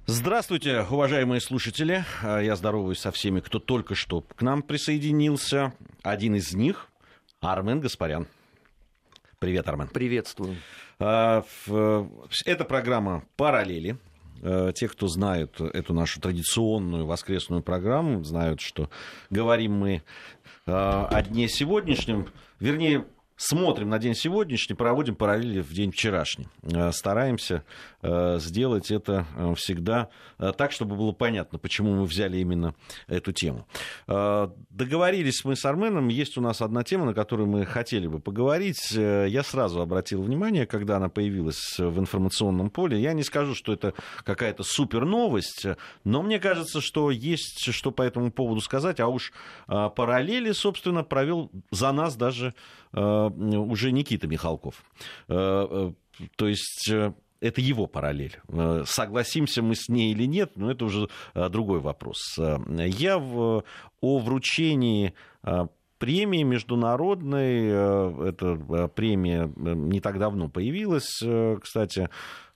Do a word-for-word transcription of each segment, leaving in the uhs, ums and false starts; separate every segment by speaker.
Speaker 1: Здравствуйте, уважаемые слушатели. Я здороваюсь со всеми, кто только что к нам присоединился. Один из них — Армен Гаспарян. Привет, Армен.
Speaker 2: Приветствую.
Speaker 1: Это программа «Параллели». Те, кто знают эту нашу традиционную воскресную программу, знают, что говорим мы о дне сегодняшнем, вернее, смотрим на день сегодняшний, проводим параллели в день вчерашний. Стараемся сделать это всегда так, чтобы было понятно, почему мы взяли именно эту тему. Договорились мы с Арменом, есть у нас одна тема, на которую мы хотели бы поговорить. Я сразу обратил внимание, когда она появилась в информационном поле. Я не скажу, что это какая-то супер новость, но мне кажется, что есть что по этому поводу сказать. А уж параллели, собственно, провел за нас даже уже Никита Михалков. То есть это его параллель. Согласимся мы с ней или нет, но это уже другой вопрос. Я в, о вручении премии международной, эта премия не так давно появилась, кстати,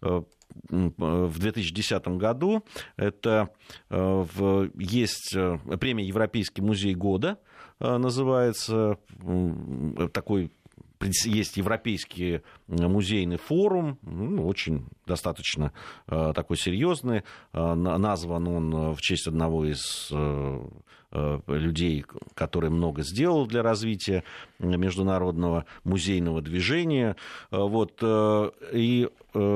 Speaker 1: в две тысячи десятом году. Это есть премия «Европейский музей года», называется, такой, есть Европейский музейный форум, ну, очень достаточно такой серьезный, назван он в честь одного из людей, который много сделал для развития международного музейного движения. Вот. И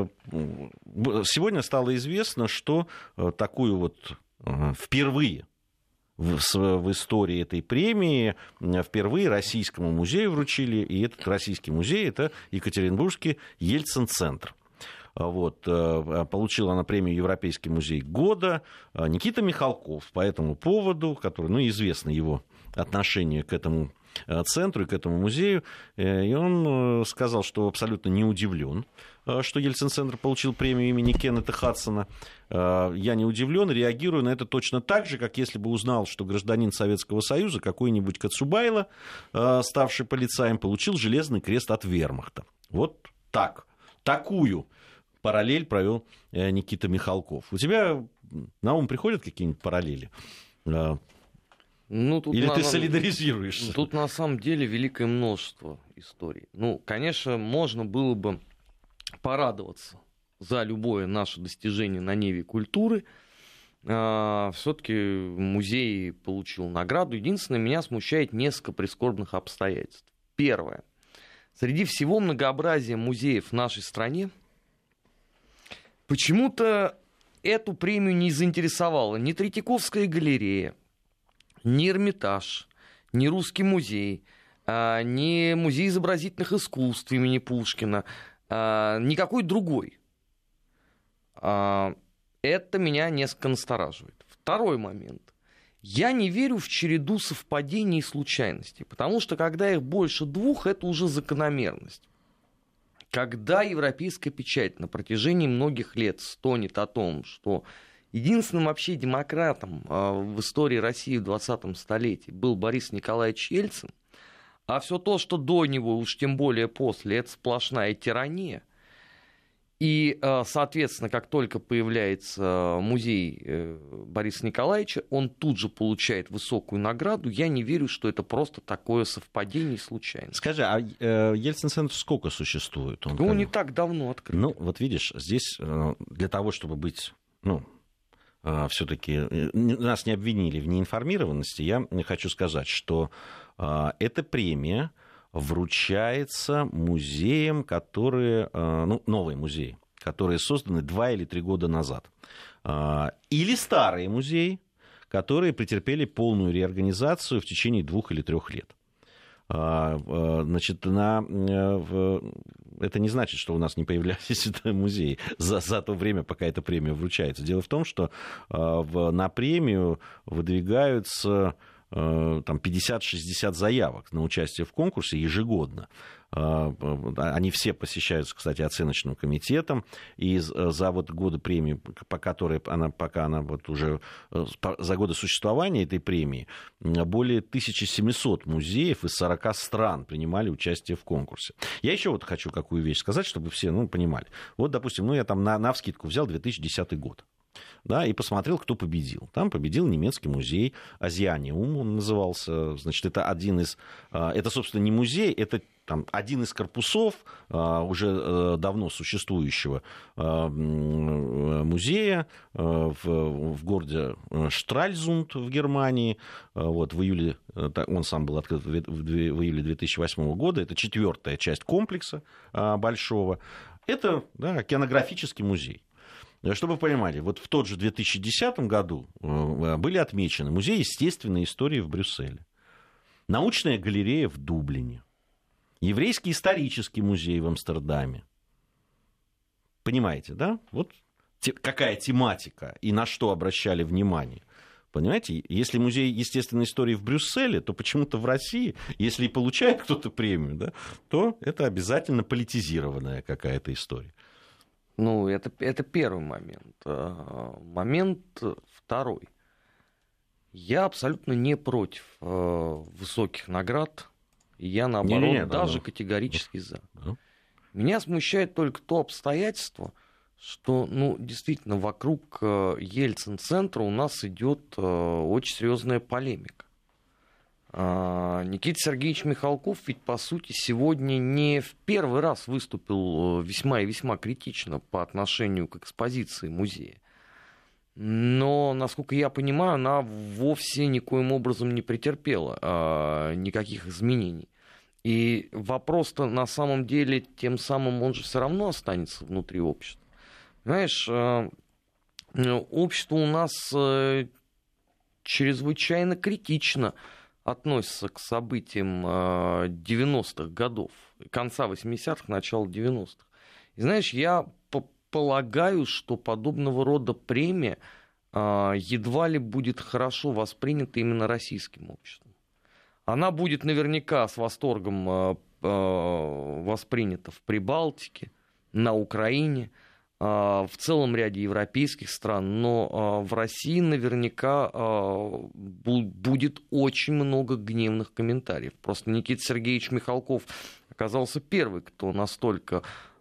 Speaker 1: сегодня стало известно, что такую вот впервые В, в истории этой премии впервые Российскому музею вручили, и этот Российский музей — это Екатеринбургский Ельцин-центр. Вот. Получила она премию «Европейский музей года» Никита Михалков по этому поводу, который, ну, известно его отношение к этому центру и к этому музею, и он сказал, что абсолютно не удивлен, что Ельцин-центр получил премию имени Кеннета Хадсона. Я не удивлен, реагирую на это точно так же, как если бы узнал, что гражданин Советского Союза, какой-нибудь Коцюбайло, ставший полицаем, получил железный крест от вермахта. Вот так. Такую параллель провел Никита Михалков. У тебя на ум приходят какие-нибудь параллели?
Speaker 2: Ну, тут
Speaker 1: Или
Speaker 2: на...
Speaker 1: ты солидаризируешься?
Speaker 2: Тут на самом деле великое множество историй. Ну, конечно, можно было бы порадоваться за любое наше достижение на ниве культуры. А, все-таки музей получил награду. Единственное, меня смущает несколько прискорбных обстоятельств. Первое. Среди всего многообразия музеев в нашей стране почему-то эту премию не заинтересовала ни Третьяковская галерея, ни Эрмитаж, ни Русский музей, ни Музей изобразительных искусств имени Пушкина, никакой другой. Это меня несколько настораживает. Второй момент. Я не верю в череду совпадений и случайностей, потому что когда их больше двух, это уже закономерность. Когда европейская печать на протяжении многих лет стонет о том, что единственным вообще демократом в истории России в двадцатом столетии был Борис Николаевич Ельцин, а все то, что до него, уж тем более после, это сплошная тирания. И, соответственно, как только появляется музей Бориса Николаевича, он тут же получает высокую награду. Я не верю, что это просто такое совпадение и случайность.
Speaker 1: Скажи, а Ельцин-центр сколько существует? Он
Speaker 2: ну, как... не так давно открыт.
Speaker 1: Ну, вот видишь, здесь для того, чтобы быть... Ну, все-таки нас не обвинили в неинформированности, я хочу сказать, что эта премия вручается музеям, которые, ну, новые музеи, которые созданы два или три года назад. Или старые музеи, которые претерпели полную реорганизацию в течение двух или трех лет. Значит, на... это не значит, что у нас не появлялись музеи за, за то время, пока эта премия вручается. Дело в том, что в, на премию выдвигаются там, пятьдесят-шестьдесят заявок на участие в конкурсе ежегодно. Они все посещаются, кстати, оценочным комитетом, и за вот годы премии, по которой она, пока она вот уже за годы существования этой премии, более тысяча семьсот музеев из сорока стран принимали участие в конкурсе. Я еще вот хочу какую вещь сказать, чтобы все, ну, понимали. Вот, допустим, ну, я там на, навскидку взял две тысячи десятый год. да, и посмотрел, кто победил. Там победил немецкий музей Азианиум, он назывался. Значит, это один из... Это, собственно, не музей, это там один из корпусов уже давно существующего музея в городе Штральзунд в Германии. Вот, в июле, он сам был открыт в июле две тысячи восьмого года. Это четвертая часть комплекса большого. Это, да, океанографический музей. Чтобы вы понимали, вот в тот же две тысячи десятом году были отмечены музей естественной истории в Брюсселе, научная галерея в Дублине, еврейский исторический музей в Амстердаме. Понимаете, да? Вот те, какая тематика и на что обращали внимание. Понимаете, если музей естественной истории в Брюсселе, то почему-то в России, если и получает кто-то премию, да, то это обязательно политизированная какая-то история.
Speaker 2: Ну, это, это первый момент. Момент второй. Я абсолютно не против высоких наград. Я, наоборот, не, не, не, даже да, категорически да. за. Да. Меня смущает только то обстоятельство, что, ну, действительно, вокруг Ельцин-центра у нас идет очень серьезная полемика. Никита Сергеевич Михалков ведь, по сути, сегодня не в первый раз выступил весьма и весьма критично по отношению к экспозиции музея. Но, насколько я понимаю, она вовсе никоим образом не претерпела а, никаких изменений. И вопрос-то на самом деле, тем самым он же все равно останется внутри общества. Знаешь, а, общество у нас а, чрезвычайно критично относится к событиям девяностых годов, конца восьмидесятых, начала девяностых. И знаешь, я полагаю, что подобного рода премия едва ли будет хорошо воспринята именно российским обществом. Она будет наверняка с восторгом воспринята в Прибалтике, на Украине, в целом ряде европейских стран, но в России наверняка будет очень много гневных комментариев. Просто Никита Сергеевич Михалков оказался первый, кто настолько,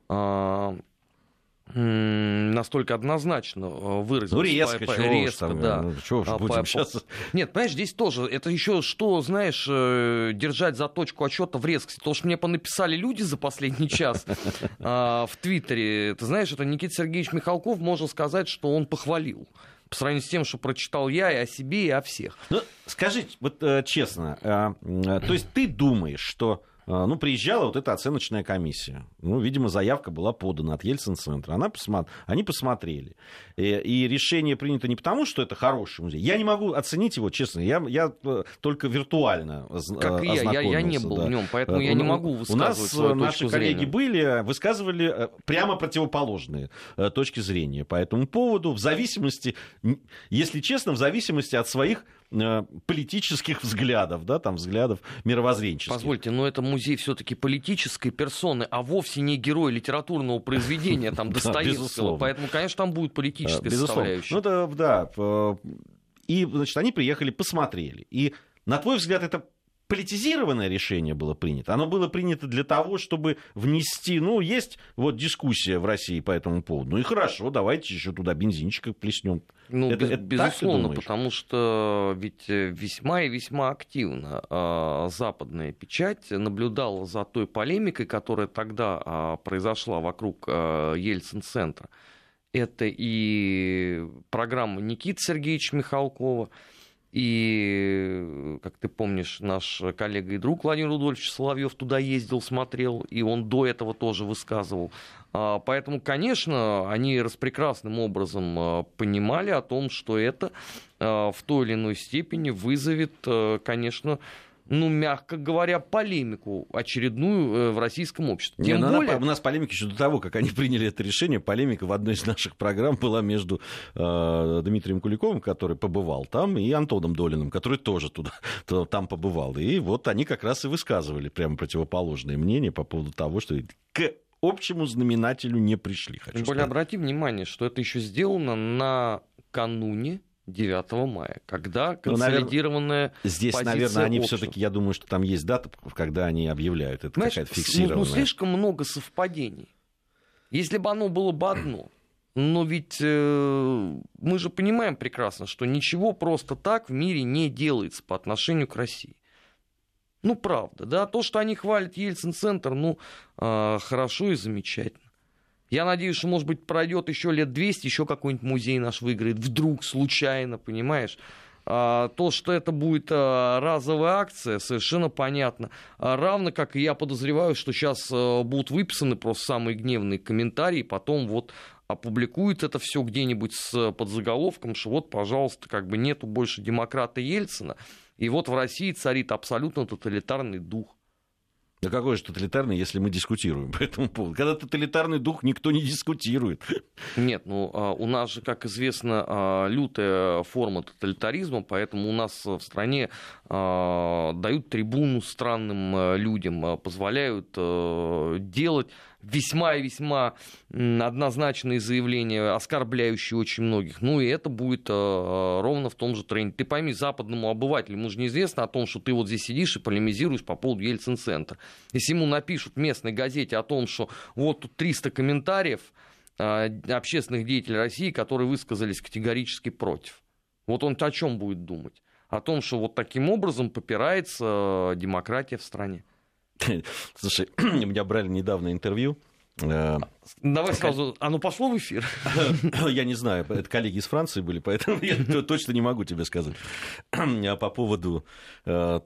Speaker 2: настолько однозначно выразился.
Speaker 1: Ну, резко,
Speaker 2: по, по,
Speaker 1: чего
Speaker 2: резко,
Speaker 1: там,
Speaker 2: да.
Speaker 1: Ну, чего уж будем
Speaker 2: по,
Speaker 1: сейчас...
Speaker 2: Нет, понимаешь, здесь тоже, это еще что, знаешь, держать за точку отсчета в резкости. То, что мне понаписали люди за последний час в Твиттере, ты знаешь, это Никита Сергеевич Михалков, можно сказать, что он похвалил. По сравнению с тем, что прочитал я и о себе, и о всех.
Speaker 1: Ну, скажите, вот честно, то есть ты думаешь, что... Ну, приезжала вот эта оценочная комиссия. Ну, видимо, заявка была подана от Ельцин-центра. Она посмотр... Они посмотрели. И, и решение принято не потому, что это хороший музей. Я не могу оценить его, честно. Я, я только виртуально
Speaker 2: как и я. Я, я не был
Speaker 1: да.
Speaker 2: в нем, поэтому я не могу высказывать
Speaker 1: У нас
Speaker 2: свою
Speaker 1: наши
Speaker 2: точку
Speaker 1: коллеги
Speaker 2: зрения.
Speaker 1: были, высказывали прямо противоположные точки зрения по этому поводу. В зависимости, если честно, в зависимости от своих политических взглядов, да, там, взглядов мировоззренческих.
Speaker 2: Позвольте, но это музей все-таки политической персоны, а вовсе не герой литературного произведения, там, Достоевского. Поэтому, конечно, там будет политическая составляющая.
Speaker 1: Ну, это, да. И, значит, они приехали, посмотрели. И, на твой взгляд, это политизированное решение было принято. Оно было принято для того, чтобы внести... Ну, есть вот дискуссия в России по этому поводу. Ну и хорошо, давайте еще туда бензинчика плеснем.
Speaker 2: Ну,
Speaker 1: это,
Speaker 2: без,
Speaker 1: это
Speaker 2: безусловно, потому что ведь весьма и весьма активно э, западная печать наблюдала за той полемикой, которая тогда э, произошла вокруг э, Ельцин-центра. Это и программа Никиты Сергеевича Михалкова, и, как ты помнишь, наш коллега и друг Владимир Рудольфович Соловьев туда ездил, смотрел, и он до этого тоже высказывал. Поэтому, конечно, они распрекрасным образом понимали о том, что это в той или иной степени вызовет, конечно, ну, мягко говоря, полемику очередную в российском обществе. Тем
Speaker 1: Не,
Speaker 2: более...
Speaker 1: У нас полемика еще до того, как они приняли это решение. Полемика в одной из наших программ была между э, Дмитрием Куликовым, который побывал там, и Антоном Долиным, который тоже туда, то, там побывал. И вот они как раз и высказывали прямо противоположные мнения по поводу того, что к общему знаменателю не пришли.
Speaker 2: Тем более, обрати внимание, что это еще сделано накануне девятого мая, когда консолидированная
Speaker 1: ну, здесь,
Speaker 2: позиция
Speaker 1: наверное, они
Speaker 2: общества.
Speaker 1: все-таки, я думаю, что там есть дата, когда они объявляют. Это Знаешь, какая-то фиксированная.
Speaker 2: Ну, ну, слишком много совпадений. Если бы оно было бы одно, но ведь э, мы же понимаем прекрасно, что ничего просто так в мире не делается по отношению к России. Ну, правда, да, то, что они хвалят Ельцин-центр, ну, э, хорошо и замечательно. Я надеюсь, что, может быть, пройдет еще лет двести, еще какой-нибудь музей наш выиграет, вдруг, случайно, понимаешь? А, то, что это будет а, разовая акция, совершенно понятно. А, равно как и я подозреваю, что сейчас а, будут выписаны просто самые гневные комментарии, потом вот опубликуют это все где-нибудь с подзаголовком, что вот, пожалуйста, как бы нету больше демократа Ельцина, и вот в России царит абсолютно тоталитарный дух.
Speaker 1: Да какой же тоталитарный, если мы дискутируем по этому поводу? Когда тоталитарный дух, никто не дискутирует.
Speaker 2: Нет, ну у нас же, как известно, лютая форма тоталитаризма, поэтому у нас в стране дают трибуну странным людям, позволяют делать весьма и весьма однозначные заявления, оскорбляющие очень многих. Ну и это будет ровно в том же тренде. Ты пойми, западному обывателю, ему же неизвестно о том, что ты вот здесь сидишь и полемизируешь по поводу Ельцин-центра. Если ему напишут в местной газете о том, что вот тут триста комментариев общественных деятелей России, которые высказались категорически против. Вот он о чем будет думать? О том, что вот таким образом попирается демократия в стране.
Speaker 1: Слушай, у меня брали недавно интервью.
Speaker 2: Давай сразу, а ну пошло в эфир.
Speaker 1: Я не знаю, это коллеги из Франции были, поэтому я точно не могу тебе сказать. А по поводу, там,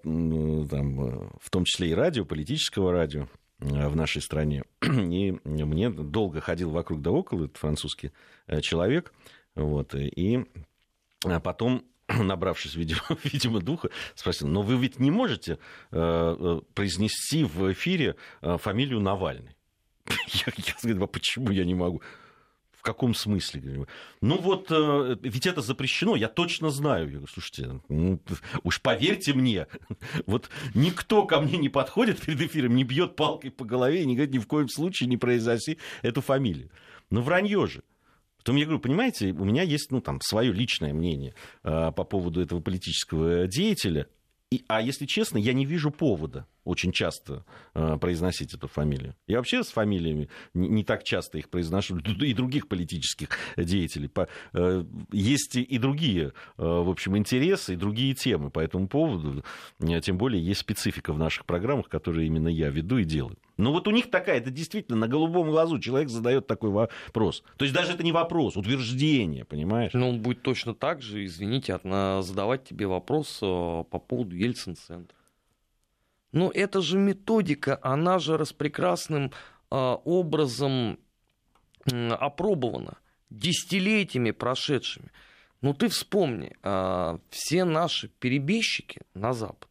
Speaker 1: в том числе и радио, политического радио в нашей стране. И мне долго ходил вокруг да около этот французский человек. Вот, и потом, набравшись, видимо, видимо, духа, спросил, но вы ведь не можете э, произнести в эфире э, фамилию Навальный? Я, я говорю, а почему я не могу? В каком смысле? Ну вот, э, ведь это запрещено, я точно знаю. Я говорю, слушайте, ну, уж поверьте мне, вот никто ко мне не подходит перед эфиром, не бьет палкой по голове и не говорит, ни в коем случае не произноси эту фамилию. Ну вранье же. Потом я говорю, понимаете, у меня есть, ну, там, свое личное мнение э, по поводу этого политического деятеля. И, а если честно, я не вижу повода очень часто э, произносить эту фамилию. Я вообще с фамилиями не, не так часто их произношу, и других политических деятелей. По, э, есть и другие, э, в общем, интересы, и другие темы по этому поводу. Э, тем более есть специфика в наших программах, которые именно я веду и делаю. Но вот у них такая, это действительно на голубом глазу человек задает такой вопрос. То есть даже это не вопрос, утверждение, понимаешь?
Speaker 2: Но он будет точно так же, извините, задавать тебе вопрос по поводу Ельцин-центра. Но это же методика, она же распрекрасным образом опробована, десятилетиями прошедшими. Ну ты вспомни, все наши перебежчики на Запад,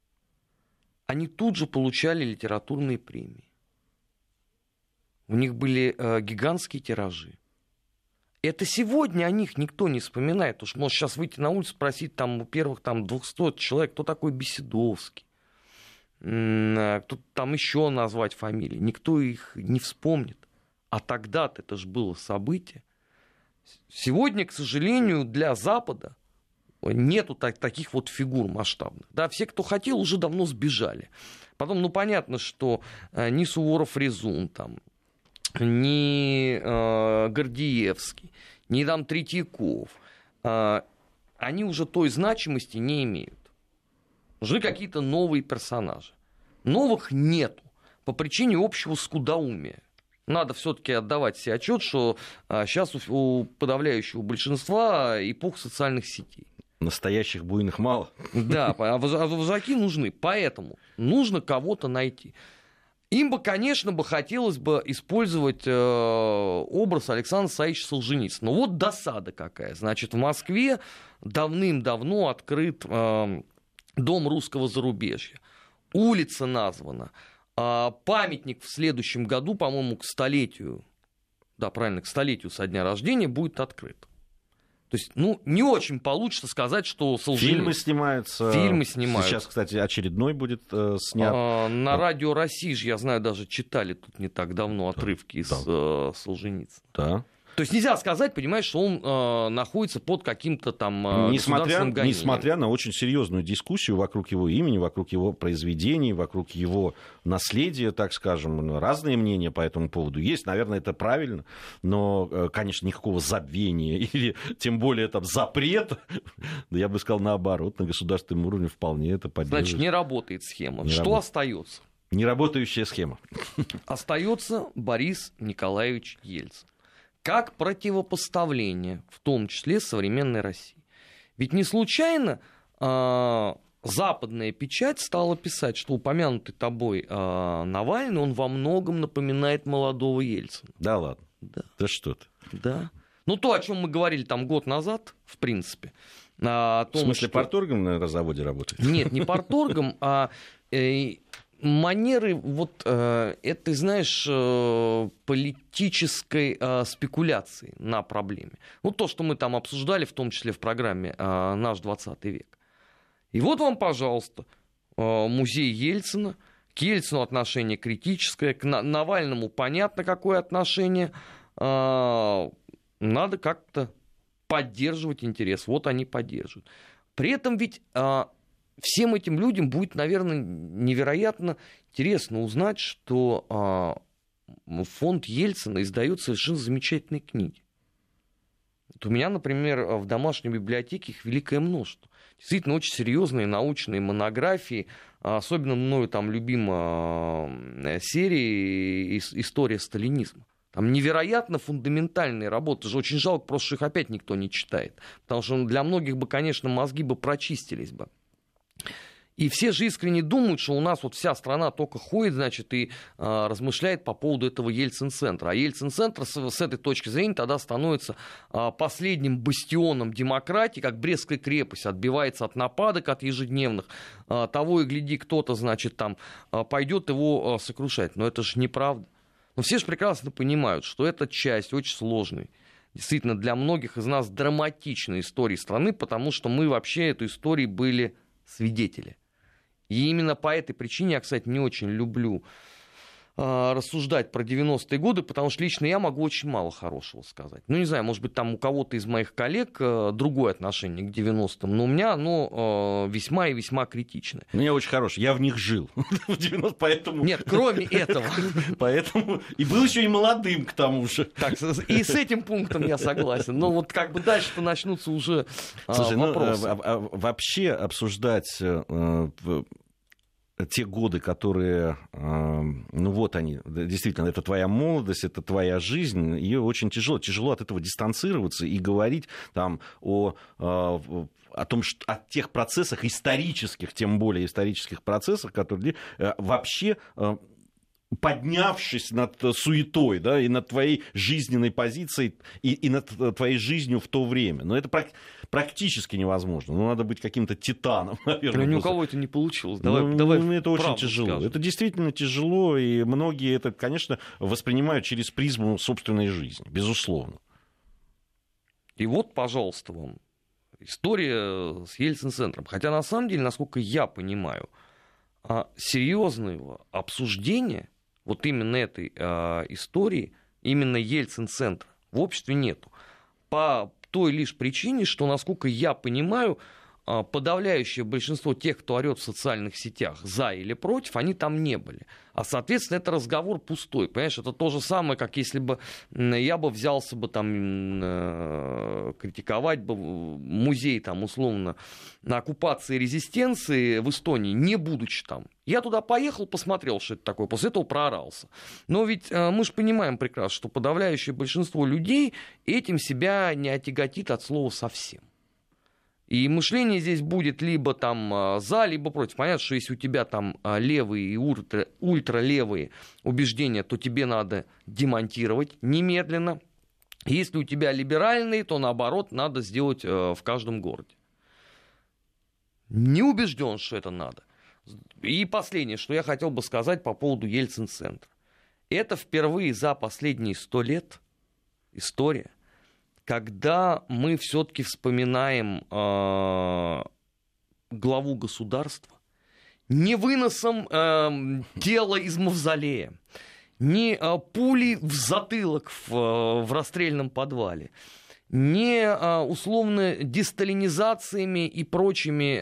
Speaker 2: они тут же получали литературные премии. У них были э, гигантские тиражи. Это сегодня о них никто не вспоминает. Потому что может сейчас выйти на улицу, спросить там, у первых там, двухсот человек, кто такой Беседовский, кто там еще назвать фамилии. Никто их не вспомнит. А тогда-то это же было событие. Сегодня, к сожалению, для Запада нету так, таких вот фигур масштабных. Да, все, кто хотел, уже давно сбежали. Потом, ну, понятно, что э, ни Суворов-Резун, там, ни э, Гордеевский, ни там Третьяков, э, они уже той значимости не имеют. Нужны какие-то новые персонажи. Новых нету по причине общего скудоумия. Надо все-таки отдавать себе отчет, что э, сейчас у, у подавляющего большинства эпох социальных сетей.
Speaker 1: Настоящих буйных мало.
Speaker 2: Да, а вожаки нужны. Поэтому нужно кого-то найти. Им бы, конечно, бы хотелось бы использовать э, образ Александра Саича Солженицына. Но вот досада какая. Значит, в Москве давным-давно открыт э, Дом русского зарубежья. Улица названа. Э, памятник в следующем году, по-моему, к столетию, да, правильно, к столетию со дня рождения будет открыт. То есть, ну, не очень получится сказать, что Солженицын...
Speaker 1: Фильмы снимаются.
Speaker 2: Фильмы снимаются.
Speaker 1: Сейчас, кстати, очередной будет э, снят.
Speaker 2: А, на Радио России же, я знаю, даже читали тут не так давно отрывки да. из
Speaker 1: да.
Speaker 2: э, Солженицына.
Speaker 1: Да.
Speaker 2: То есть нельзя сказать, понимаешь, что он э, находится под каким-то там э,
Speaker 1: несмотря,
Speaker 2: государственным гонением.
Speaker 1: несмотря на очень серьезную дискуссию вокруг его имени, вокруг его произведений, вокруг его наследия, так скажем, разные мнения по этому поводу есть. Наверное, это правильно, но, конечно, никакого забвения или тем более там запрета, я бы сказал, наоборот, на государственном уровне вполне это поддерживает.
Speaker 2: Значит, не работает схема.
Speaker 1: Не
Speaker 2: что
Speaker 1: работает.
Speaker 2: Остается?
Speaker 1: Неработающая схема.
Speaker 2: Остается Борис Николаевич Ельцин. Как противопоставление, в том числе современной России. Ведь не случайно э, западная печать стала писать, что упомянутый тобой э, Навальный, он во многом напоминает молодого Ельцина.
Speaker 1: Да ладно?
Speaker 2: Да.
Speaker 1: Да что ты?
Speaker 2: Да. Ну, то, о чем мы говорили там год назад, в принципе. О том,
Speaker 1: в смысле,
Speaker 2: что...
Speaker 1: парторгом на заводе работает?
Speaker 2: Нет, не парторгом, а... Э, манеры, вот э, это, знаешь, э, политической э, спекуляции на проблеме. Ну, то, что мы там обсуждали, в том числе в программе э, «Наш двадцатый век». И вот вам, пожалуйста, э, музей Ельцина. К Ельцину отношение критическое, к На- Навальному понятно, какое отношение. Э, надо как-то поддерживать интерес. Вот они поддерживают. При этом ведь... Э, Всем этим людям будет, наверное, невероятно интересно узнать, что а, фонд Ельцина издает совершенно замечательные книги. Вот у меня, например, в домашней библиотеке их великое множество. Действительно, очень серьезные научные монографии. Особенно мною там любима серия «История сталинизма». Там невероятно фундаментальные работы. Же очень жалко, просто что их опять никто не читает. Потому что для многих бы, конечно, мозги бы прочистились бы. И все же искренне думают, что у нас вот вся страна только ходит, значит, и э, размышляет по поводу этого Ельцин-центра. А Ельцин-центр с, с этой точки зрения тогда становится э, последним бастионом демократии, как Брестская крепость отбивается от нападок, от ежедневных. Э, того и гляди, кто-то, значит, там э, пойдет его э, сокрушать. Но это же неправда. Но все же прекрасно понимают, что это часть очень сложной, действительно для многих из нас драматичной истории страны, потому что мы вообще этой истории были свидетели. И именно по этой причине я, кстати, не очень люблю э, рассуждать про девяностые годы, потому что лично я могу очень мало хорошего сказать. Ну, не знаю, может быть, там у кого-то из моих коллег э, другое отношение к девяностым, но у меня оно э, весьма и весьма критичное.
Speaker 1: У меня очень хорошее. Я в них жил. В девяностых, поэтому...
Speaker 2: Нет, кроме этого.
Speaker 1: Поэтому... И был еще и молодым, к тому же.
Speaker 2: Так, и с этим пунктом я согласен. Но вот как бы дальше-то начнутся уже э,
Speaker 1: Слушай,
Speaker 2: вопросы.
Speaker 1: Ну, а, а, вообще обсуждать... Э, те годы, которые, ну вот они, действительно, это твоя молодость, это твоя жизнь, ее очень тяжело, тяжело от этого дистанцироваться и говорить там о, о том, что, о тех процессах исторических, тем более исторических процессах, которые вообще... поднявшись над суетой, да, и над твоей жизненной позицией, и, и над твоей жизнью в то время. Но это прак- практически невозможно. Ну, надо быть каким-то титаном, наверное.
Speaker 2: Но ни у кого это не получилось. Давай,
Speaker 1: ну,
Speaker 2: давай
Speaker 1: ну, это очень тяжело.
Speaker 2: скажем.
Speaker 1: Это действительно тяжело, и многие это, конечно, воспринимают через призму собственной жизни, безусловно.
Speaker 2: И вот, пожалуйста, вам история с Ельцин-центром. Хотя, на самом деле, насколько я понимаю, серьезного обсуждения вот именно этой э, истории, именно Ельцин-центра в обществе нету. По той лишь причине, что, насколько я понимаю, э, подавляющее большинство тех, кто орет в социальных сетях за или против, они там не были. А, соответственно, это разговор пустой. Понимаешь, это то же самое, как если бы я бы взялся бы там э, критиковать бы музей там условно на оккупации и резистенции в Эстонии, не будучи там. Я туда поехал, посмотрел, что это такое, после этого проорался. Но ведь э, мы же понимаем прекрасно, что подавляющее большинство людей этим себя не отяготит от слова совсем. И мышление здесь будет либо там за, либо против. Понятно, что если у тебя там левые и ультра, ультралевые убеждения, то тебе надо демонтировать немедленно. Если у тебя либеральные, то наоборот надо сделать в каждом городе. Не убежден, что это надо. И последнее, что я хотел бы сказать по поводу Ельцин-центра. Это впервые за последние сто лет история, когда мы все-таки вспоминаем э, главу государства не выносом э, тела из мавзолея, ни пули в затылок в, в расстрельном подвале, ни условно десталинизациями и прочими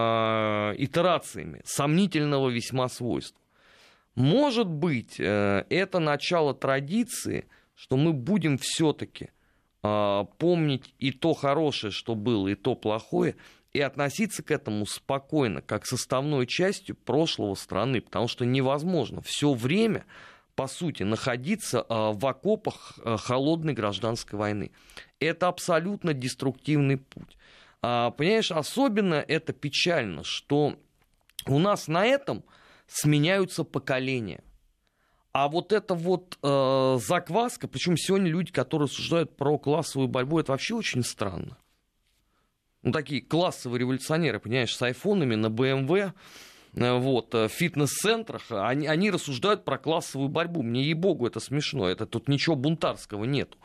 Speaker 2: э, итерациями сомнительного весьма свойства. Может быть, э, это начало традиции, что мы будем все-таки э, помнить и то хорошее, что было, и то плохое, и относиться к этому спокойно, как к составной части прошлого страны, потому что невозможно все время, по сути, находиться э, в окопах э, холодной гражданской войны. Это абсолютно деструктивный путь. А, понимаешь, особенно это печально, что у нас на этом сменяются поколения. А вот эта вот э, закваска, причем сегодня люди, которые рассуждают про классовую борьбу, это вообще очень странно. Ну, такие классовые революционеры, понимаешь, с айфонами на бэ эм вэ, вот, в фитнес-центрах, они, они рассуждают про классовую борьбу. Мне, ей-богу, это смешно, это тут ничего бунтарского нету.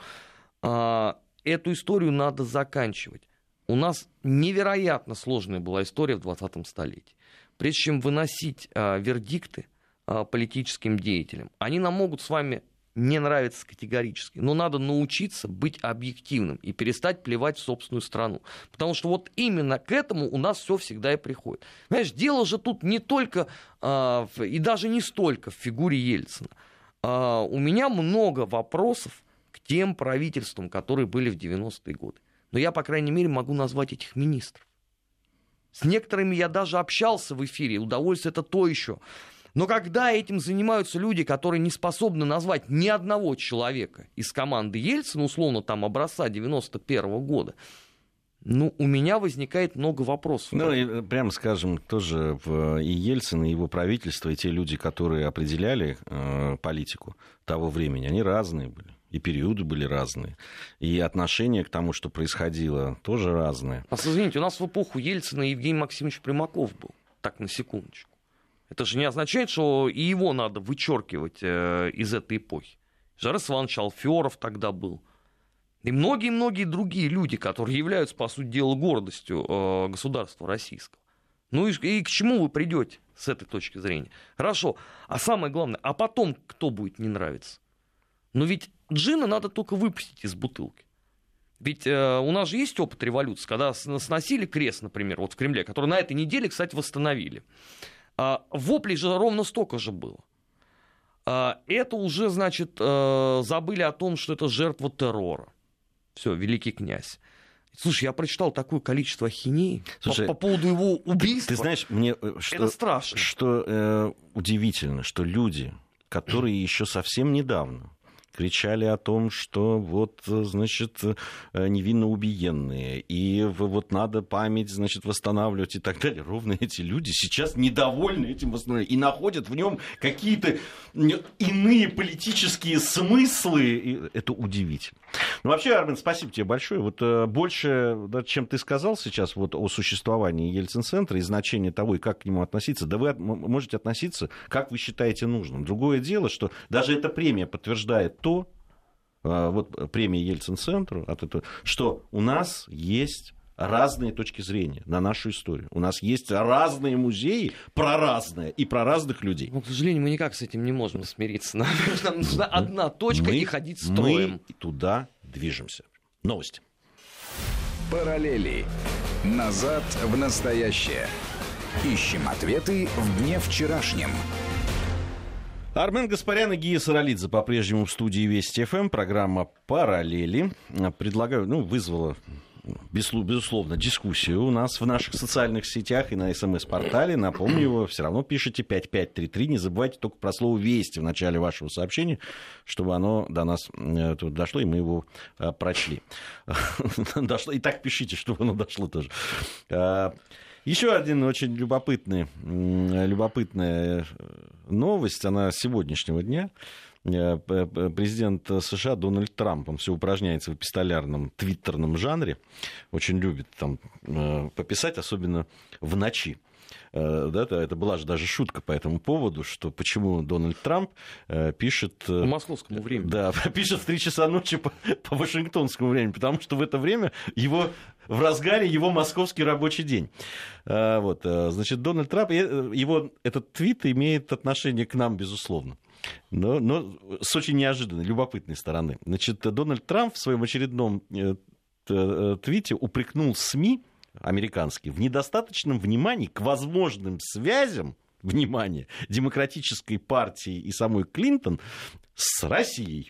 Speaker 2: А, эту историю надо заканчивать. У нас невероятно сложная была история в двадцатом столетии. Прежде чем выносить а, вердикты а, политическим деятелям, они нам могут с вами не нравиться категорически, но надо научиться быть объективным и перестать плевать в собственную страну. Потому что вот именно к этому у нас все всегда и приходит. Знаешь, дело же тут не только а, в, и даже не столько в фигуре Ельцина. А, у меня много вопросов к тем правительствам, которые были в девяностые годы. Но я, по крайней мере, могу назвать этих министров. С некоторыми я даже общался в эфире, удовольствие это то еще. Но когда этим занимаются люди, которые не способны назвать ни одного человека из команды Ельцина, условно там образца девяносто первого года, ну, у меня возникает много вопросов.
Speaker 1: Ну, и, прямо скажем, тоже в, и Ельцин, и его правительство, и те люди, которые определяли э, политику того времени, они разные были. И периоды были разные. И отношение к тому, что происходило, тоже разное.
Speaker 2: А, извините, у нас в эпоху Ельцина Евгений Максимович Примаков был. Так, на секундочку. Это же не означает, что и его надо вычеркивать э, из этой эпохи. Жарес Иванович Алферов тогда был. И многие-многие другие люди, которые являются, по сути дела, гордостью э, государства российского. Ну и, и к чему вы придете с этой точки зрения? Хорошо. А самое главное, а потом кто будет не нравиться? Но ведь джина надо только выпустить из бутылки. Ведь э, у нас же есть опыт революции, когда сносили крест, например, вот в Кремле, который на этой неделе, кстати, восстановили. А воплей же ровно столько же было. А это уже, значит, э, забыли о том, что это жертва террора. Все, великий князь. Слушай, я прочитал такое количество ахинеи по, по поводу его убийства.
Speaker 1: Ты знаешь, мне что,
Speaker 2: это страшно.
Speaker 1: Что э, удивительно, что люди, которые еще совсем недавно кричали о том, что вот, значит, невинно убиенные, и вот надо память, значит, восстанавливать и так далее. Ровно эти люди сейчас недовольны этим восстановлением и находят в нем какие-то иные политические смыслы. И это удивительно. Ну, вообще, Армен, спасибо тебе большое. Вот больше, да, чем ты сказал сейчас вот о существовании Ельцин-центра и значении того, и как к нему относиться, да вы можете относиться, как вы считаете нужным. Другое дело, что даже эта премия подтверждает то, вот премия Ельцин-центру, от этого, что у нас есть разные точки зрения на нашу историю. У нас есть разные музеи про разное и про разных людей.
Speaker 2: Но, к сожалению, мы никак с этим не можем смириться. Нам нужна одна точка мы, и ходить строем.
Speaker 1: Мы туда движемся. Новости.
Speaker 3: Параллели. Назад в настоящее. Ищем ответы в дне вчерашнем.
Speaker 1: Армен Гаспарян и Гия Саралидзе по-прежнему в студии Вести ФМ. Программа «Параллели». Предлагаю, ну, вызвала, безусловно, дискуссию у нас в наших социальных сетях и на СМС-портале. Напомню, вы все равно пишите пять пять три три. Не забывайте только про слово «Вести» в начале вашего сообщения, чтобы оно до нас дошло, и мы его прочли. Дошло. И так пишите, чтобы оно дошло тоже. Еще один очень любопытный, любопытная новость, она сегодняшнего дня. Президент США Дональд Трамп, он все упражняется в эпистолярном твиттерном жанре, очень любит там пописать, особенно в ночи. Да, это была же даже шутка по этому поводу, что почему Дональд Трамп пишет...
Speaker 2: По московскому времени.
Speaker 1: Да, пишет в три часа ночи по, по вашингтонскому времени, потому что в это время его, в разгаре его московский рабочий день. Вот, значит, Дональд Трамп, его, этот твит имеет отношение к нам, безусловно. Но, но с очень неожиданной, любопытной стороны. Значит, Дональд Трамп в своем очередном твите упрекнул СМИ американские в недостаточном внимании к возможным связям, внимание, Демократической партии и самой Клинтон с Россией.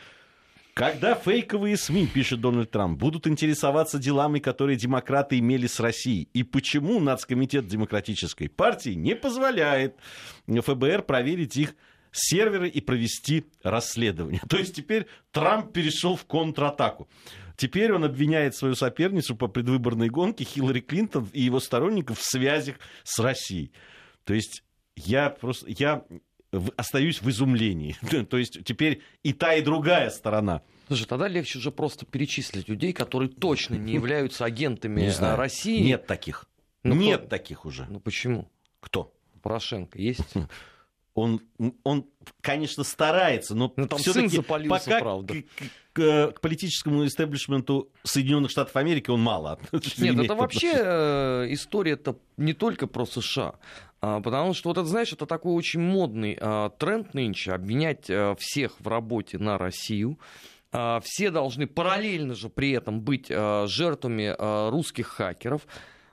Speaker 1: Когда фейковые СМИ, пишет Дональд Трамп, будут интересоваться делами, которые демократы имели с Россией, и почему Нацкомитет Демократической партии не позволяет ФБР проверить их серверы и провести расследование. То есть теперь Трамп перешел в контратаку. Теперь он обвиняет свою соперницу по предвыборной гонке Хиллари Клинтон и его сторонников в связях с Россией. То есть я просто я остаюсь в изумлении. То есть теперь и та, и другая сторона.
Speaker 2: Слушай, тогда легче уже просто перечислить людей, которые точно не являются агентами России.
Speaker 1: Нет таких. Ну, Нет кто? таких уже.
Speaker 2: Ну почему?
Speaker 1: Кто?
Speaker 2: Порошенко есть?
Speaker 1: Он, он, конечно, старается, но, но все-таки пока правда. К, к, к политическому истеблишменту Соединенных Штатов Америки он мало.
Speaker 2: Нет, это вообще э, история-то не только про США. А, потому что, вот это, знаешь, это такой очень модный а, тренд нынче, обвинять а, всех в работе на Россию. А, все должны параллельно же при этом быть а, жертвами а, русских хакеров.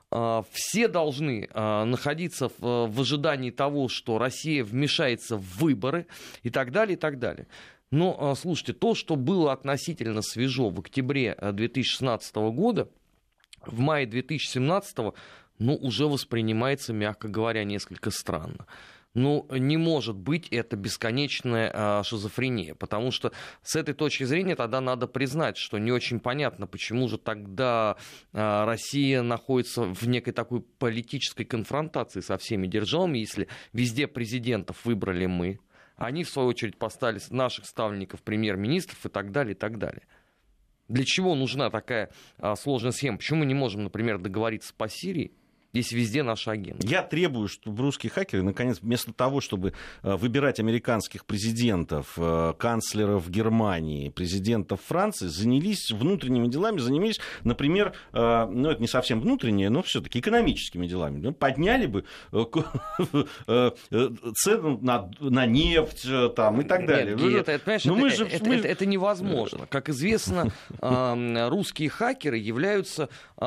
Speaker 2: Все должны uh, находиться в, в ожидании того, что Россия вмешается в выборы и так далее, и так далее. Но, uh, слушайте, то, что было относительно свежо в октябре две тысячи шестнадцатого года, в мае две тысячи семнадцатого, ну, уже воспринимается, мягко говоря, несколько странно. Ну, не может быть это бесконечная а, шизофрения, потому что с этой точки зрения тогда надо признать, что не очень понятно, почему же тогда а, Россия находится в некой такой политической конфронтации со всеми державами, если везде президентов выбрали мы, они, в свою очередь, поставили наших ставленников, премьер-министров и так далее, и так далее. Для чего нужна такая а, сложная схема? Почему мы не можем, например, договориться по Сирии? Здесь везде наши агенты.
Speaker 1: Я требую, чтобы русские хакеры, наконец, вместо того, чтобы выбирать американских президентов, канцлеров Германии, президентов Франции, занялись внутренними делами, занялись, например, ну, это не совсем внутренние, но все-таки экономическими делами. Ну, подняли бы цену на, на нефть там, и так далее.
Speaker 2: Нет, это, понимаешь, это, мы же, это, мы... это, это невозможно. Как известно, русские хакеры являются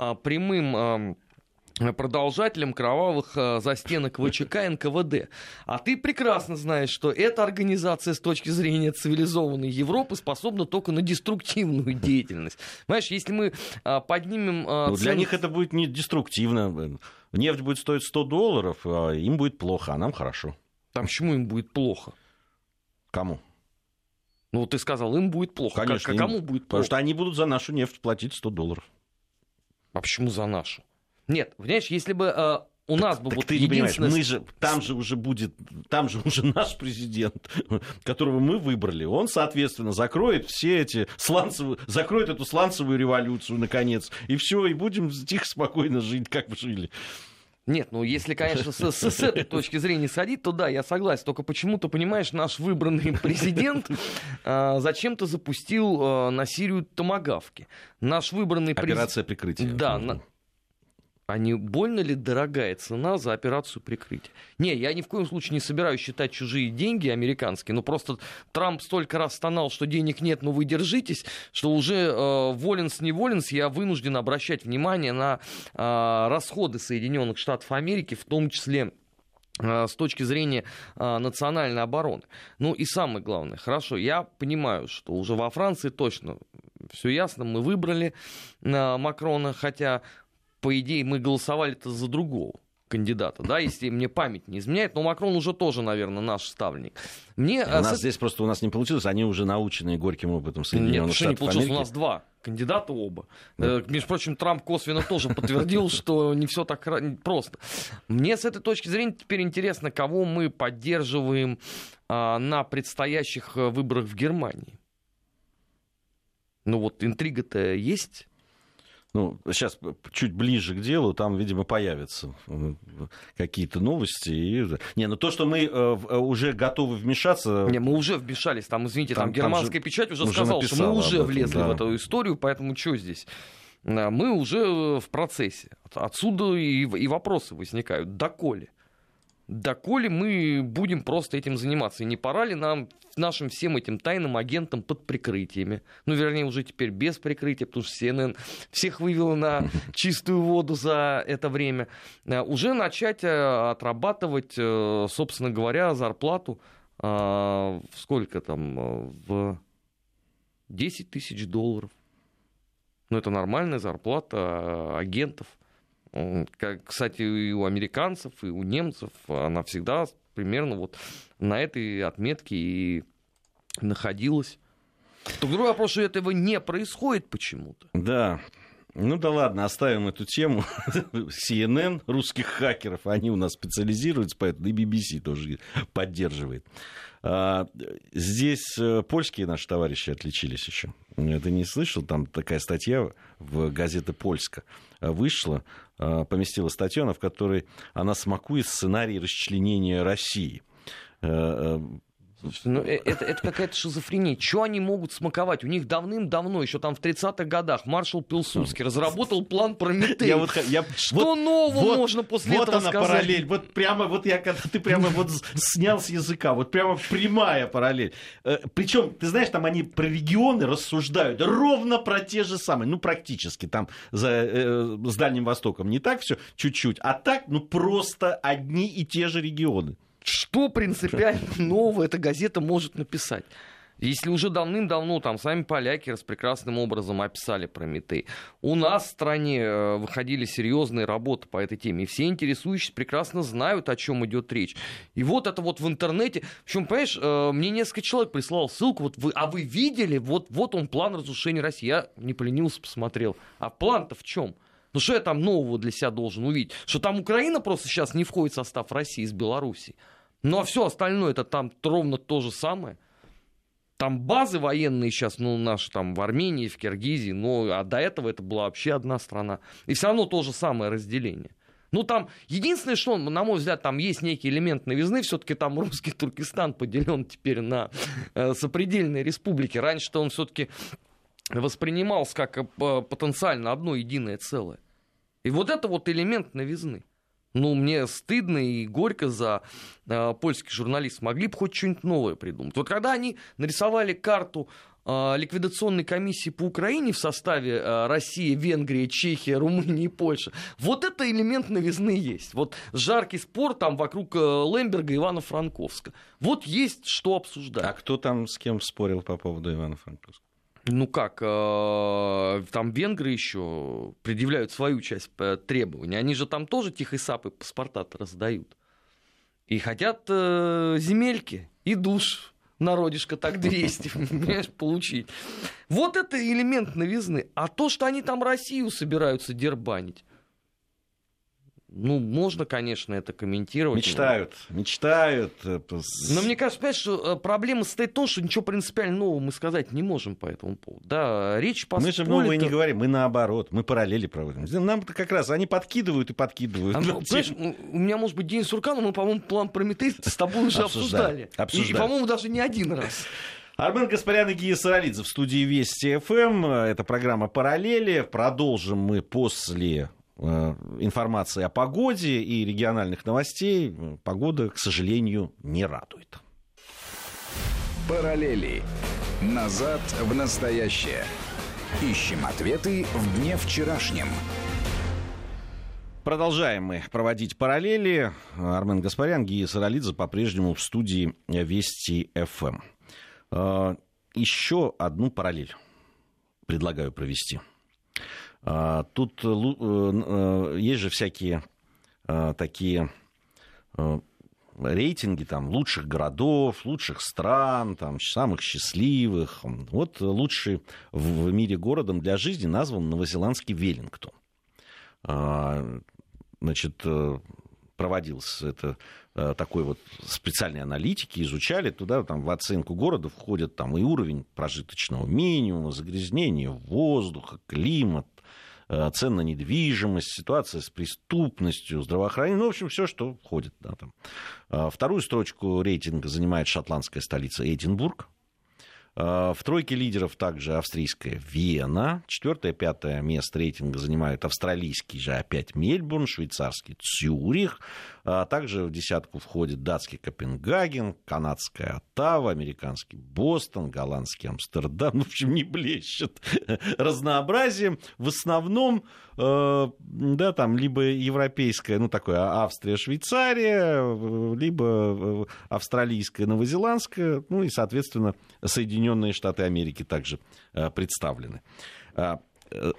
Speaker 2: прямым продолжателем кровавых э, застенок ВЧК эн ка вэ дэ. А ты прекрасно знаешь, что эта организация с точки зрения цивилизованной Европы способна только на деструктивную деятельность. Понимаешь, если мы э, поднимем... Э,
Speaker 1: ну, для цену... них это будет не деструктивно. Нефть будет стоить сто долларов, а им будет плохо, а нам хорошо.
Speaker 2: Там почему им будет плохо?
Speaker 1: Кому?
Speaker 2: Ну, вот ты сказал, им будет плохо.
Speaker 1: Конечно,
Speaker 2: а кому
Speaker 1: им...
Speaker 2: будет плохо?
Speaker 1: Потому что они будут за нашу нефть платить сто долларов.
Speaker 2: А почему за нашу? Нет, понимаешь, если бы э, у нас
Speaker 1: так,
Speaker 2: бы
Speaker 1: так
Speaker 2: вот
Speaker 1: ты
Speaker 2: единственное...
Speaker 1: не понимаешь, мы же, там же уже будет, там же уже наш президент, которого мы выбрали, он, соответственно, закроет все эти сланцевые, закроет эту сланцевую революцию, наконец, и все, и будем тихо, спокойно жить, как мы жили.
Speaker 2: Нет, ну если, конечно, с, с, с этой точки зрения садить, то да, я согласен. Только почему-то, понимаешь, наш выбранный президент а, зачем-то запустил а, на Сирию томагавки. Наш выбранный президент...
Speaker 1: Операция прикрытия.
Speaker 2: Да, на... А не больно ли дорогая цена за операцию прикрытия? Не, я ни в коем случае не собираюсь считать чужие деньги американские, но просто Трамп столько раз стонал, что денег нет, но вы держитесь, что уже э, воленс не воленс, я вынужден обращать внимание на э, расходы Соединенных Штатов Америки, в том числе э, с точки зрения э, национальной обороны. Ну и самое главное, хорошо, я понимаю, что уже во Франции точно все ясно, мы выбрали э, Макрона, хотя... По идее, мы голосовали-то за другого кандидата, да, если мне память не изменяет, но Макрон уже тоже, наверное, наш ставленник. Мне,
Speaker 1: у а, нас с... здесь просто у нас не получилось, они уже наученные горьким опытом Соединенных Штатов Америки. Нет,
Speaker 2: что не получилось, у нас два кандидата оба. Да. Э, между прочим, Трамп косвенно тоже подтвердил, что не все так просто. Мне с этой точки зрения теперь интересно, кого мы поддерживаем на предстоящих выборах в Германии. Ну вот интрига-то есть...
Speaker 1: Ну, сейчас чуть ближе к делу, там, видимо, появятся какие-то новости. И... Не, ну то, что мы э, уже готовы вмешаться...
Speaker 2: Не, мы уже вмешались. Там, извините, там, там германская там печать уже, уже сказала, что мы уже влезли да. в эту историю, поэтому что здесь? Мы уже в процессе. Отсюда и, и вопросы возникают. Доколе? доколе мы будем просто этим заниматься? И не пора ли нам нашим всем этим тайным агентам под прикрытиями, ну, вернее, уже теперь без прикрытия, потому что Си Эн Эн всех вывела на чистую воду за это время, уже начать отрабатывать, собственно говоря, зарплату, сколько там, в десять тысяч долларов. Ну, это нормальная зарплата агентов. Кстати, и у американцев, и у немцев она всегда примерно вот на этой отметке и находилась. То другой вопрос, что этого не происходит почему-то.
Speaker 1: Да. Ну да ладно, оставим эту тему. Си Эн Эн, русских хакеров, они у нас специализируются, поэтому и Би Би Си тоже поддерживает. Здесь польские наши товарищи отличились еще. Ты не слышал? Там такая статья в газете «Польска» вышла, поместила статью, в которой она смакует сценарий расчленения России.
Speaker 2: Ну, это, это какая-то шизофрения. Что они могут смаковать? У них давным-давно, еще там в тридцатых годах, маршал Пилсудский разработал план Прометей. Я вот, я, что
Speaker 1: вот,
Speaker 2: нового
Speaker 1: вот,
Speaker 2: можно после
Speaker 1: вот
Speaker 2: этого
Speaker 1: она
Speaker 2: сказать?
Speaker 1: Параллель. Вот прямо, вот я, когда ты прямо вот снял с языка, вот прямо прямая параллель. Причем, ты знаешь, там они про регионы рассуждают ровно про те же самые, ну, практически, там за, э, с Дальним Востоком не так все, чуть-чуть, а так, ну, просто одни и те же регионы.
Speaker 2: Что принципиально нового эта газета может написать? Если уже давным-давно там сами поляки раз прекрасным образом описали Прометей, у нас в стране выходили серьезные работы по этой теме, и все интересующиеся прекрасно знают, о чем идет речь. И вот это вот в интернете, причем, понимаешь, мне несколько человек прислал ссылку, вот вы, а вы видели, вот, вот он план разрушения России, я не поленился, посмотрел, а план-то в чем? Ну что я там нового для себя должен увидеть? Что там Украина просто сейчас не входит в состав России с Белоруссией. Ну а все остальное это там ровно то же самое. Там базы военные сейчас, ну, наши там в Армении, в Киргизии, ну, а до этого это была вообще одна страна. И все равно то же самое разделение. Ну, там, единственное, что, на мой взгляд, там есть некий элемент новизны, все-таки там русский Туркестан поделен теперь на э, сопредельные республики. Раньше-то он все-таки воспринимался как э, потенциально одно единое целое. И вот это вот элемент новизны. Ну, мне стыдно и горько за э, польских журналистов. Могли бы хоть что-нибудь новое придумать. Вот когда они нарисовали карту э, ликвидационной комиссии по Украине в составе э, России, Венгрии, Чехии, Румынии и Польши, вот это элемент новизны есть. Вот жаркий спор там вокруг э, Лемберга и Ивано-Франковска. Вот есть что обсуждать.
Speaker 1: А кто там с кем спорил по поводу Ивано-Франковска?
Speaker 2: Ну как, э, там венгры еще предъявляют свою часть требований. Они же там тоже тихой сапой паспорта-то раздают. И хотят э, земельки и душ народишко так двести, понимаешь, получить. Вот это элемент новизны. А то, что они там Россию собираются дербанить, ну, можно, конечно, это комментировать.
Speaker 1: Мечтают, мечтают.
Speaker 2: Но мне кажется, понимаешь, что проблема состоит в том, что ничего принципиально нового мы сказать не можем по этому поводу. Да, речь по
Speaker 1: Мы же новое не говорим, мы наоборот, мы параллели проводим. Нам-то как раз они подкидывают и подкидывают.
Speaker 2: А, у меня, может быть, день сурка, но мы, по-моему, план Прометей с тобой уже обсуждали.
Speaker 1: обсуждали.
Speaker 2: И, по-моему, даже не один раз.
Speaker 1: Армен Гаспарян и Гия Саралидзе в студии Вести эф эм. Это программа «Параллели». Продолжим мы после информации о погоде и региональных новостей. Погода, к сожалению, не радует.
Speaker 3: Параллели. Назад в настоящее. Ищем ответы в дне вчерашнем.
Speaker 1: Продолжаем мы проводить параллели. Армен Гаспарян, Гия Саралидзе по-прежнему в студии Вести эф эм. Еще одну параллель предлагаю провести. Тут есть же всякие такие рейтинги там, лучших городов, лучших стран, там, самых счастливых. Вот лучший в мире городом для жизни назван новозеландский Веллингтон. Значит, проводился это такой вот специальной аналитики, изучали туда, там в оценку города входят там и уровень прожиточного минимума, загрязнение воздуха, климат, цен на недвижимость, ситуация с преступностью, здравоохранением, ну, в общем, все, что входит. Да, там. Вторую строчку рейтинга занимает шотландская столица Эдинбург. В тройке лидеров также австрийская Вена. Четвертое, пятое место рейтинга занимают австралийский же опять Мельбурн, швейцарский Цюрих. А также в десятку входит датский Копенгаген, канадская Оттава, американский Бостон, голландский Амстердам. Ну, в общем, не блещет разнообразием. В основном, э, да, там либо европейская, ну, такое Австрия, Швейцария, либо австралийская, новозеландская, ну и, соответственно, Соединенные Штаты Америки также э, представлены. Э, э,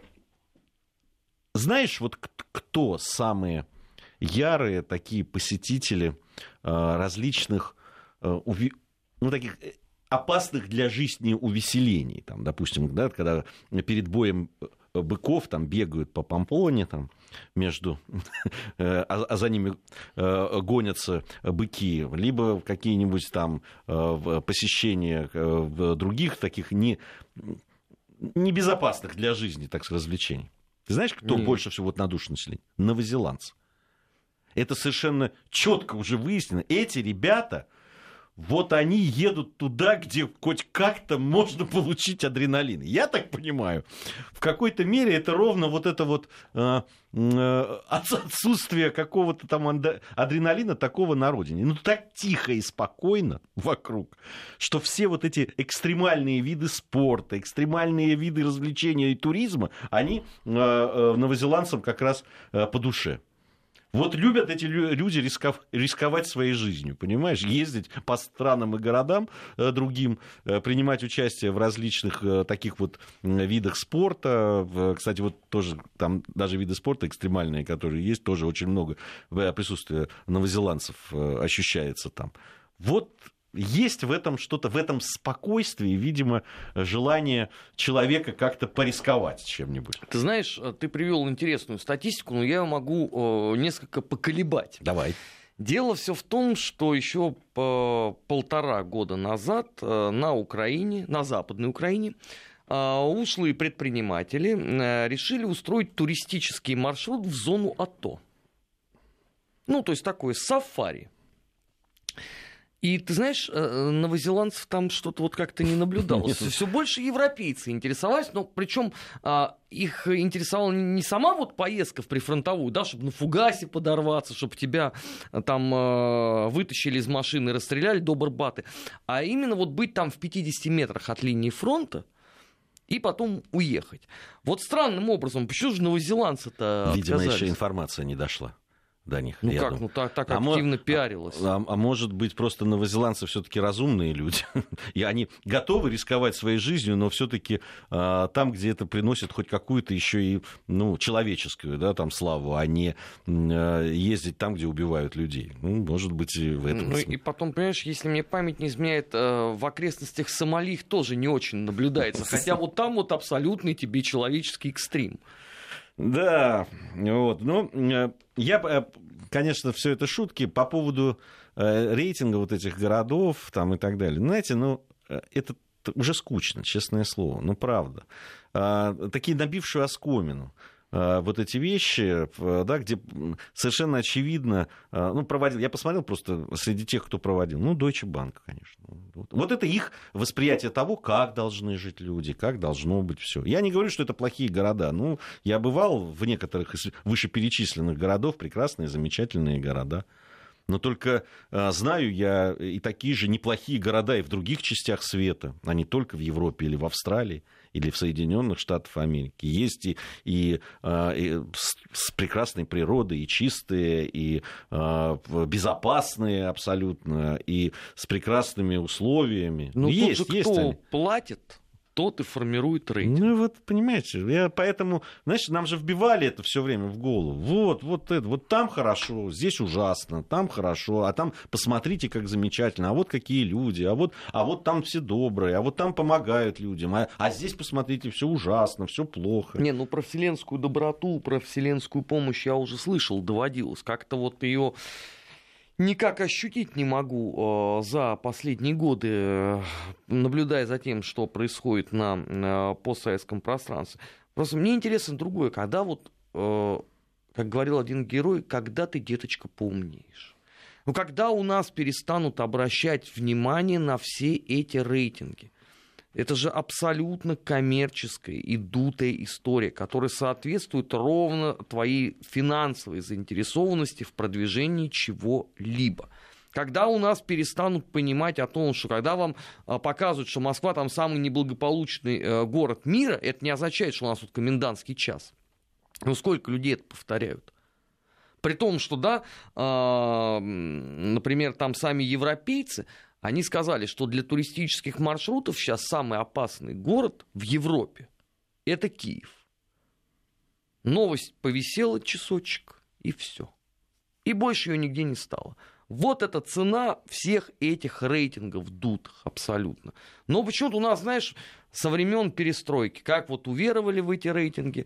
Speaker 1: знаешь, вот кто самые ярые такие посетители э, различных, э, уви... ну, таких опасных для жизни увеселений, там, допустим, да, когда перед боем быков там бегают по Памплоне, там, между, а, а за ними гонятся быки, либо какие-нибудь там посещения других таких не, небезопасных для жизни, так сказать, развлечений. Ты знаешь, кто mm. больше всего вот на душу населения? Новозеландцы. Это совершенно четко уже выяснено. Эти ребята, вот они едут туда, где хоть как-то можно получить адреналин. Я так понимаю, в какой-то мере это ровно вот это вот э, э, отсутствие какого-то там адреналина такого на родине. Ну, так тихо и спокойно вокруг, что все вот эти экстремальные виды спорта, экстремальные виды развлечения и туризма, они э, э, новозеландцам как раз э, по душе. Вот любят эти люди рисков, рисковать своей жизнью, понимаешь? Ездить по странам и городам э, другим, э, принимать участие в различных э, таких вот видах спорта. В, кстати, вот тоже там даже виды спорта экстремальные, которые есть, тоже очень много присутствия новозеландцев э, ощущается там. Вот есть в этом что-то, в этом спокойствии, видимо, желание человека как-то порисковать чем-нибудь.
Speaker 2: Ты знаешь, ты привел интересную статистику, но я ее могу э, несколько поколебать.
Speaker 1: Давай.
Speaker 2: Дело все в том, что еще по полтора года назад э, на Украине, на Западной Украине, э, ушлые предприниматели э, решили устроить туристический маршрут в зону АТО. Ну, то есть такое сафари. И ты знаешь, новозеландцев там что-то вот как-то не наблюдалось. Все больше европейцы интересовались, но причем их интересовала не сама вот поездка в прифронтовую, да, чтобы на фугасе подорваться, чтобы тебя там вытащили из машины и расстреляли до Барбаты, а именно вот быть там в пятидесяти метрах от линии фронта и потом уехать. Вот странным образом, почему же новозеландцы-то
Speaker 1: Видимо,
Speaker 2: отказались?
Speaker 1: еще информация не дошла до них.
Speaker 2: Ну как, думаю. ну так, так активно а пиарилось.
Speaker 1: А, а, а может быть, просто новозеландцы все-таки разумные люди, и они готовы рисковать своей жизнью, но все-таки а, там, где это приносит хоть какую-то еще и ну, человеческую, да, там, славу, а не а, ездить там, где убивают людей. Ну, может быть, и в этом.
Speaker 2: Ну и потом, понимаешь, если мне память не изменяет, в окрестностях Сомали их тоже не очень наблюдается, хотя вот там вот абсолютный тебе человеческий экстрим.
Speaker 1: Да, вот, ну, я, конечно, все это шутки по поводу рейтинга вот этих городов там и так далее. Знаете, ну, это уже скучно, честное слово, ну, правда. Такие набившие оскомину. Вот эти вещи, да, где совершенно очевидно, ну, проводил, я посмотрел просто среди тех, кто проводил, ну, Deutsche Bank, конечно. Вот, вот это их восприятие того, как должны жить люди, как должно быть все. Я не говорю, что это плохие города, ну, я бывал в некоторых из вышеперечисленных городов, прекрасные, замечательные города. Но только а, знаю я и такие же неплохие города и в других частях света, а не только в Европе или в Австралии, или в Соединенных Штатах Америки. Есть и, и, и с, с прекрасной природой, и чистые, и а, безопасные абсолютно, и с прекрасными условиями.
Speaker 2: Ну,
Speaker 1: есть,
Speaker 2: тут же
Speaker 1: есть
Speaker 2: кто
Speaker 1: они.
Speaker 2: платит, тот и формирует рейтинг.
Speaker 1: Ну, вот, понимаете, я поэтому, знаешь, нам же вбивали это все время в голову. Вот, вот это, вот там хорошо, здесь ужасно, там хорошо, а там посмотрите, как замечательно, а вот какие люди, а вот, а вот там все добрые, а вот там помогают людям, а, а здесь, посмотрите, все ужасно, все плохо.
Speaker 2: Не, ну, про вселенскую доброту, про вселенскую помощь я уже слышал, доводилось. Как-то вот ее... Никак ощутить не могу э, за последние годы, э, наблюдая за тем, что происходит на э, постсоветском пространстве. Просто мне интересно другое, когда вот, э, как говорил один герой, когда ты, деточка, поумнеешь. Ну, когда у нас перестанут обращать внимание на все эти рейтинги. Это же абсолютно коммерческая и дутая история, которая соответствует ровно твоей финансовой заинтересованности в продвижении чего-либо. Когда у нас перестанут понимать о том, что когда вам показывают, что Москва там самый неблагополучный город мира, это не означает, что у нас тут комендантский час. Ну сколько людей это повторяют? При том, что, да, например, там сами европейцы, они сказали, что для туристических маршрутов сейчас самый опасный город в Европе – это Киев. Новость повисела часочек, и все. И больше ее нигде не стало. Вот это цена всех этих рейтингов дутых абсолютно. Но почему-то у нас, знаешь, со времен перестройки, как вот уверовали в эти рейтинги,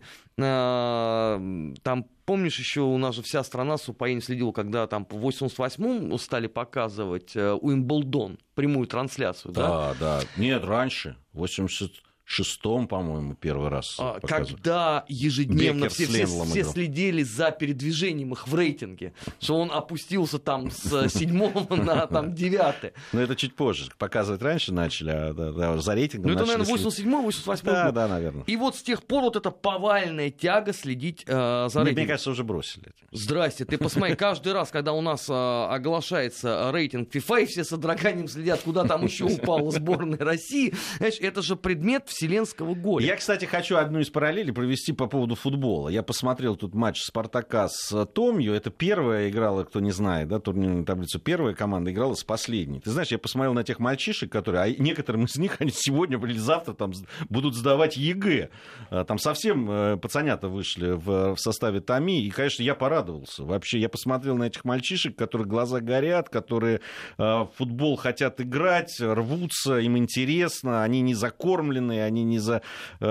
Speaker 2: там, помнишь, еще у нас же вся страна с упоением следила, когда там по восемьдесят восьмому стали показывать Уимблдон, прямую трансляцию, да?
Speaker 1: Да, да. Нет, раньше, в восемьдесят шестом, по-моему, первый раз
Speaker 2: а, когда ежедневно все, все, все следили за передвижением их в рейтинге, что он опустился там с седьмого на там девятое.
Speaker 1: Но это чуть позже. Показывать раньше начали, а да, да, за рейтингом.
Speaker 2: Ну, это,
Speaker 1: наверное,
Speaker 2: восемьдесят седьмой восемьдесят восьмой
Speaker 1: да,
Speaker 2: год.
Speaker 1: Да, наверное.
Speaker 2: И вот с тех пор вот эта повальная тяга следить э, за рейтингом.
Speaker 1: Мне кажется, уже бросили.
Speaker 2: Здрасте, ты посмотри, каждый раз, когда у нас э, оглашается рейтинг FIFA, и все с содроганием следят, куда там еще упала сборная России, знаешь, это же предмет вселенского горя.
Speaker 1: Я, кстати, хочу одну из параллелей провести по поводу футбола. Я посмотрел тут матч «Спартака» с Томью. Это первая играла, кто не знает, да, турнирную таблицу. Первая команда играла с последней. Ты знаешь, я посмотрел на тех мальчишек, которые... А некоторым из них они сегодня или завтра там будут сдавать ЕГЭ. Там совсем пацанята вышли в, в составе Томи. И, конечно, я порадовался. Вообще, я посмотрел на этих мальчишек, которые глаза горят, которые в футбол хотят играть, рвутся, им интересно. Они не закормленные, они не за...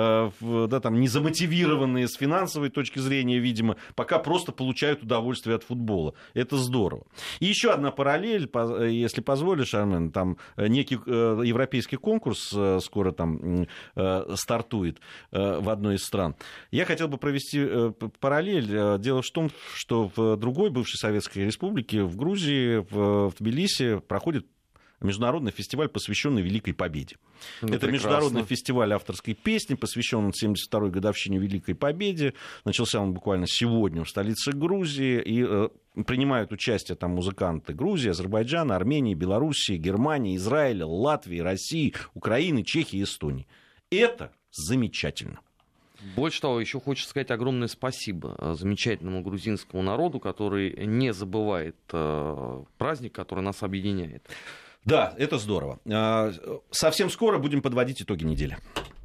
Speaker 1: Да, там, не замотивированные с финансовой точки зрения, видимо, пока просто получают удовольствие от футбола. Это здорово. И еще одна параллель, если позволишь, Армен, там некий европейский конкурс скоро там стартует в одной из стран. Я хотел бы провести параллель. Дело в том, что в другой бывшей Советской Республике, в Грузии, в Тбилиси, проходит международный фестиваль, посвященный Великой Победе. Ну, это прекрасно. Международный фестиваль авторской песни, посвященный семьдесят второй годовщине Великой Победе. Начался он буквально сегодня в столице Грузии. И э, принимают участие там музыканты Грузии, Азербайджана, Армении, Белоруссии, Германии, Израиля, Латвии, России, Украины, Чехии и Эстонии. Это замечательно.
Speaker 2: Больше того, еще хочется сказать огромное спасибо замечательному грузинскому народу, который не забывает э, праздник, который нас объединяет.
Speaker 1: Да, это здорово. Совсем скоро будем подводить итоги недели.